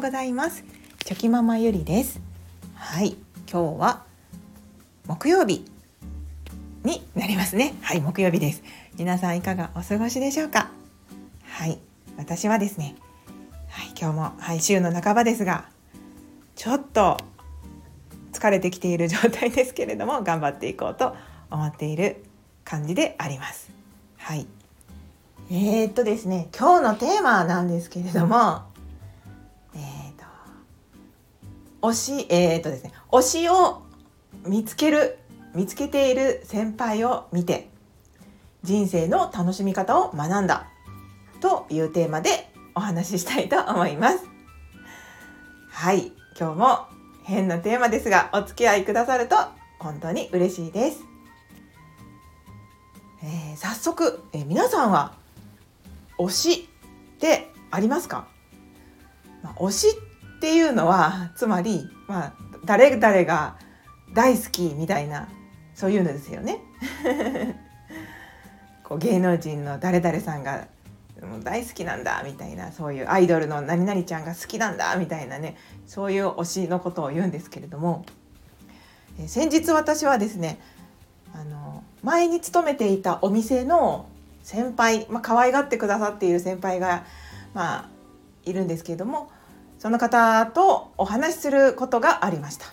ございます。チョキママゆりです。はい、今日は木曜日になりますね。はい、木曜日です。皆さんいかがお過ごしでしょうか。はい、私はですね、今日も、週の半ばですが、ちょっと疲れてきている状態ですけれども、頑張っていこうと思っている感じであります。はい。ですね、今日のテーマなんですけれども、推しを見つけている先輩を見て人生の楽しみ方を学んだというテーマでお話ししたいと思います。はい、今日も変なテーマですがお付き合いくださると本当に嬉しいです。早速、皆さんは推しってありますか？推しっていうのはつまり、誰々が大好きみたいなそういうのですよね。こう芸能人の誰々さんがもう大好きなんだみたいな、そういうアイドルの何々ちゃんが好きなんだみたいなね、そういう推しのことを言うんですけれども、先日私はですね、前に勤めていたお店の先輩、可愛がってくださっている先輩が、いるんですけれども、その方とお話しすることがありました。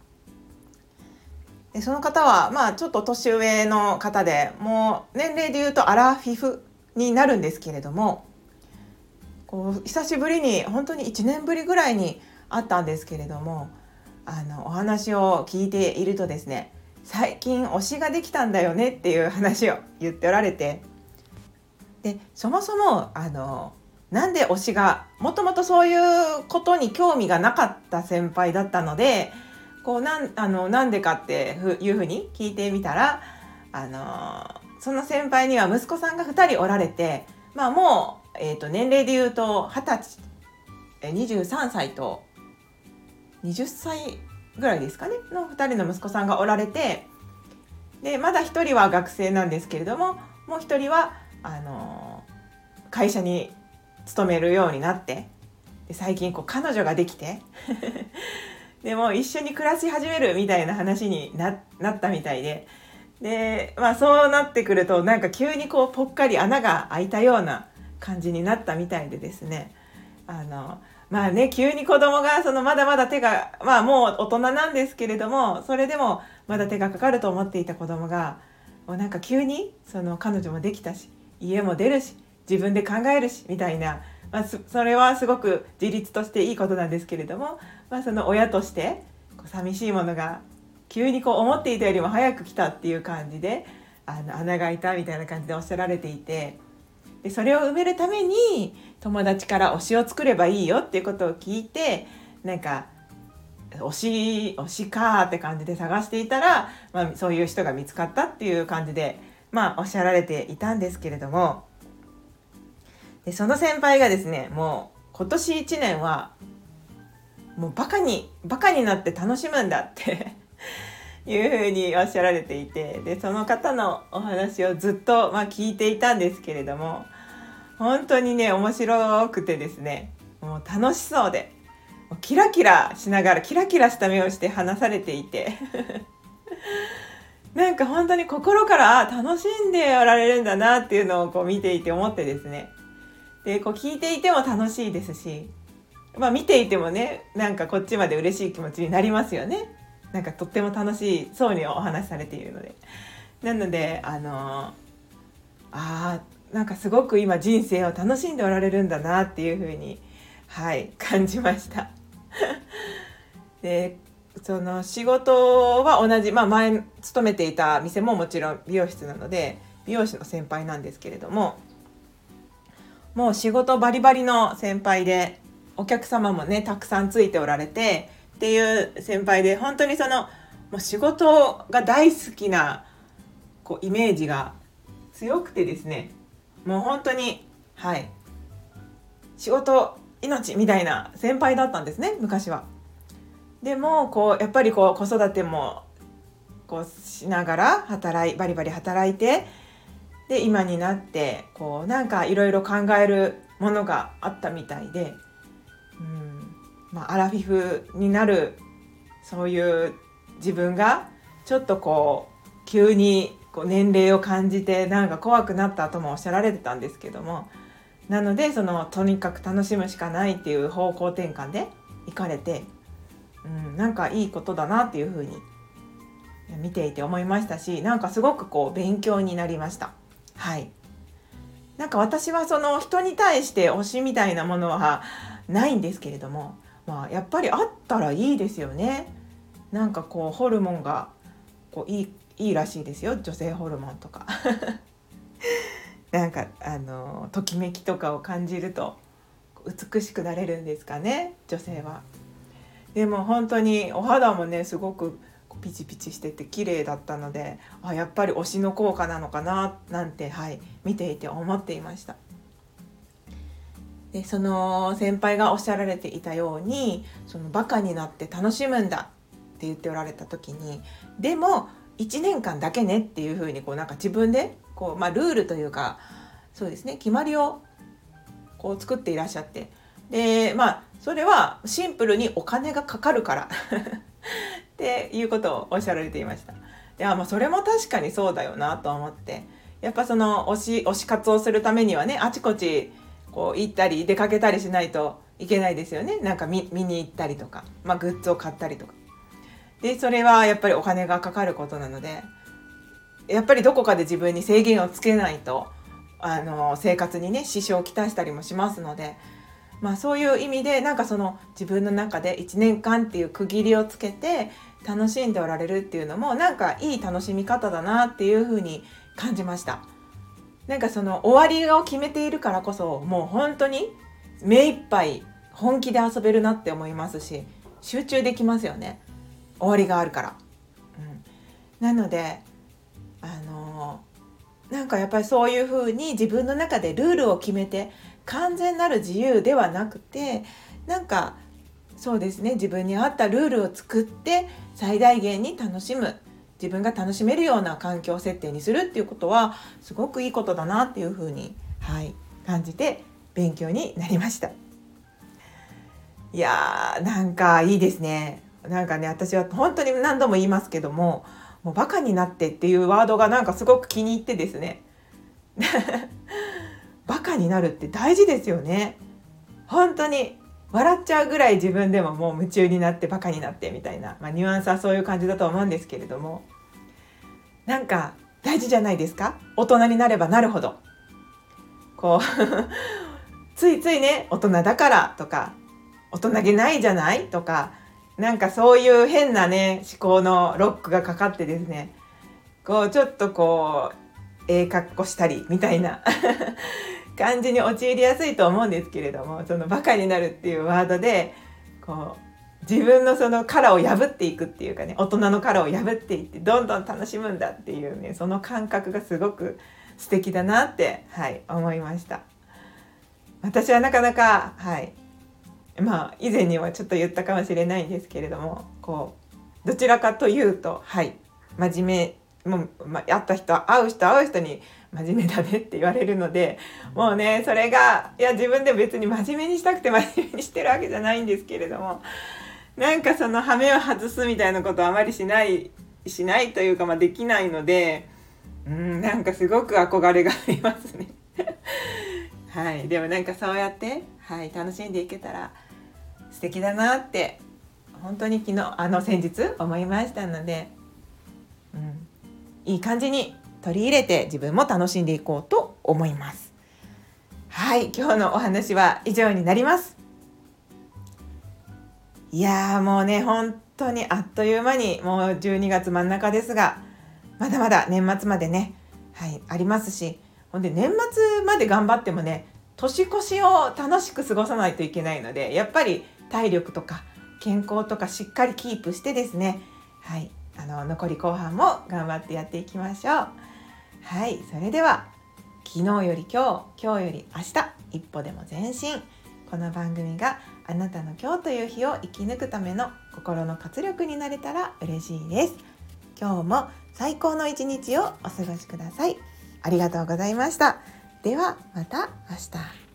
でその方は、ちょっと年上の方で、もう年齢でいうとアラフィフになるんですけれども、こう久しぶりに本当に1年ぶりぐらいに会ったんですけれども、お話を聞いているとですね、最近推しができたんだよねっていう話を言っておられて、でそもそもなんで推しがもともとそういうことに興味がなかった先輩だったので、こうなんでかっていうふうに聞いてみたら、その先輩には息子さんが2人おられて、もう、年齢でいうと20歳、23歳と20歳ぐらいですかねの2人の息子さんがおられて、でまだ1人は学生なんですけれども、もう1人は会社に勤めるようになって、で最近彼女ができてでも一緒に暮らし始めるみたいな話に なったみたいで、そうなってくるとなんか急にぽっかり穴が開いたような感じになったみたいでですね、急に子供がまだまだ手が、もう大人なんですけれども、それでもまだ手がかかると思っていた子供がもうなんか急に彼女もできたし、家も出るし、自分で考えるしみたいな、それはすごく自立としていいことなんですけれども、その親として寂しいものが急に思っていたよりも早く来たっていう感じで、穴が開いたみたいな感じでおっしゃられていて、でそれを埋めるために友達から推しを作ればいいよっていうことを聞いて、なんか推しかって感じで探していたら、そういう人が見つかったっていう感じで、おっしゃられていたんですけれども、でその先輩がですね、もう今年1年はもうバカになって楽しむんだっていうふうにおっしゃられていて、でその方のお話をずっと、聞いていたんですけれども、本当にね面白くてですね、もう楽しそうで、キラキラしながらキラキラした目をして話されていてなんか本当に心から楽しんでおられるんだなっていうのを見ていて思ってですね、で聞いていても楽しいですし、見ていてもね、なんかこっちまで嬉しい気持ちになりますよね。なんかとっても楽しそうにお話しされているので、なのでなんかすごく今人生を楽しんでおられるんだなっていうふうに、感じましたでその仕事は同じ、前勤めていた店ももちろん美容室なので美容師の先輩なんですけれども、もう仕事バリバリの先輩で、お客様もねたくさんついておられてっていう先輩で、本当にもう仕事が大好きなイメージが強くてですね、もう本当に仕事命みたいな先輩だったんですね、昔は。でもやっぱり子育てもしながらバリバリ働いて、で今になってなんかいろいろ考えるものがあったみたいで、 アラフィフになるそういう自分がちょっとこう急にこう年齢を感じてなんか怖くなったともおっしゃられてたんですけども、なのでとにかく楽しむしかないっていう方向転換で行かれて、なんかいいことだなっていうふうに見ていて思いましたし、なんかすごくこう勉強になりました。はい。なんか私は人に対して推しみたいなものはないんですけれども、やっぱりあったらいいですよね。なんかこうホルモンがこういいらしいですよ、女性ホルモンとかなんかときめきとかを感じると美しくなれるんですかね、女性は。でも本当にお肌もねすごくピチピチしてて綺麗だったので、やっぱり推しの効果なのかななんて、見ていて思っていました。でその先輩がおっしゃられていたように、バカになって楽しむんだって言っておられた時に、でも1年間だけねっていう風になんか自分でルールというか、そうですね、決まりを作っていらっしゃって、でそれはシンプルにお金がかかるからっていうことをおっしゃられていました。でそれも確かにそうだよなと思って、やっぱ推し活をするためにはね、あちこち行ったり出かけたりしないといけないですよね。なんか見に行ったりとか、グッズを買ったりとかで、それはやっぱりお金がかかることなので、やっぱりどこかで自分に制限をつけないと生活にね支障をきたしたりもしますので、そういう意味でなんか自分の中で1年間っていう区切りをつけて楽しんでおられるっていうのもなんかいい楽しみ方だなっていうふうに感じました。なんか終わりを決めているからこそ、もう本当に目いっぱい本気で遊べるなって思いますし、集中できますよね、終わりがあるから。なのでなんかやっぱりそういう風に自分の中でルールを決めて完全なる自由ではなくて、なんかそうですね、自分に合ったルールを作って最大限に楽しむ、自分が楽しめるような環境設定にするっていうことはすごくいいことだなっていう風に、感じて勉強になりました。いやーなんかいいですね。なんかね、私は本当に何度も言いますけども、もうバカになってっていうワードがなんかすごく気に入ってですねバカになるって大事ですよね。本当に笑っちゃうぐらい自分でももう夢中になってバカになってみたいな、ニュアンスはそういう感じだと思うんですけれども、なんか大事じゃないですか。大人になればなるほどついついね、大人だからとか大人げないじゃないとか、なんかそういう変なね思考のロックがかかってですね、ちょっと格好したりみたいな感じに陥りやすいと思うんですけれども、バカになるっていうワードで自分の殻を破っていくっていうかね、大人の殻を破っていってどんどん楽しむんだっていうね、その感覚がすごく素敵だなって、思いました。私はなかなか以前にはちょっと言ったかもしれないんですけれども、どちらかというと真面目、もう、会う人に真面目だねって言われるので、もうねそれが自分で別に真面目にしたくて真面目にしてるわけじゃないんですけれども、なんか羽目を外すみたいなことはあまりしないというか、できないので、なんかすごく憧れがありますねでもなんかそうやって、楽しんでいけたら素敵だなって本当に先日思いましたので、いい感じに取り入れて自分も楽しんでいこうと思います。今日のお話は以上になります。いやーもうね本当にあっという間にもう12月真ん中ですが、まだまだ年末までねありますし、ほんで年末まで頑張ってもね、年越しを楽しく過ごさないといけないので、やっぱり体力とか健康とかしっかりキープしてですね、残り後半も頑張ってやっていきましょう。それでは昨日より今日より明日、一歩でも前進。この番組があなたの今日という日を生き抜くための心の活力になれたら嬉しいです。今日も最高の一日をお過ごしください。ありがとうございました。ではまた明日。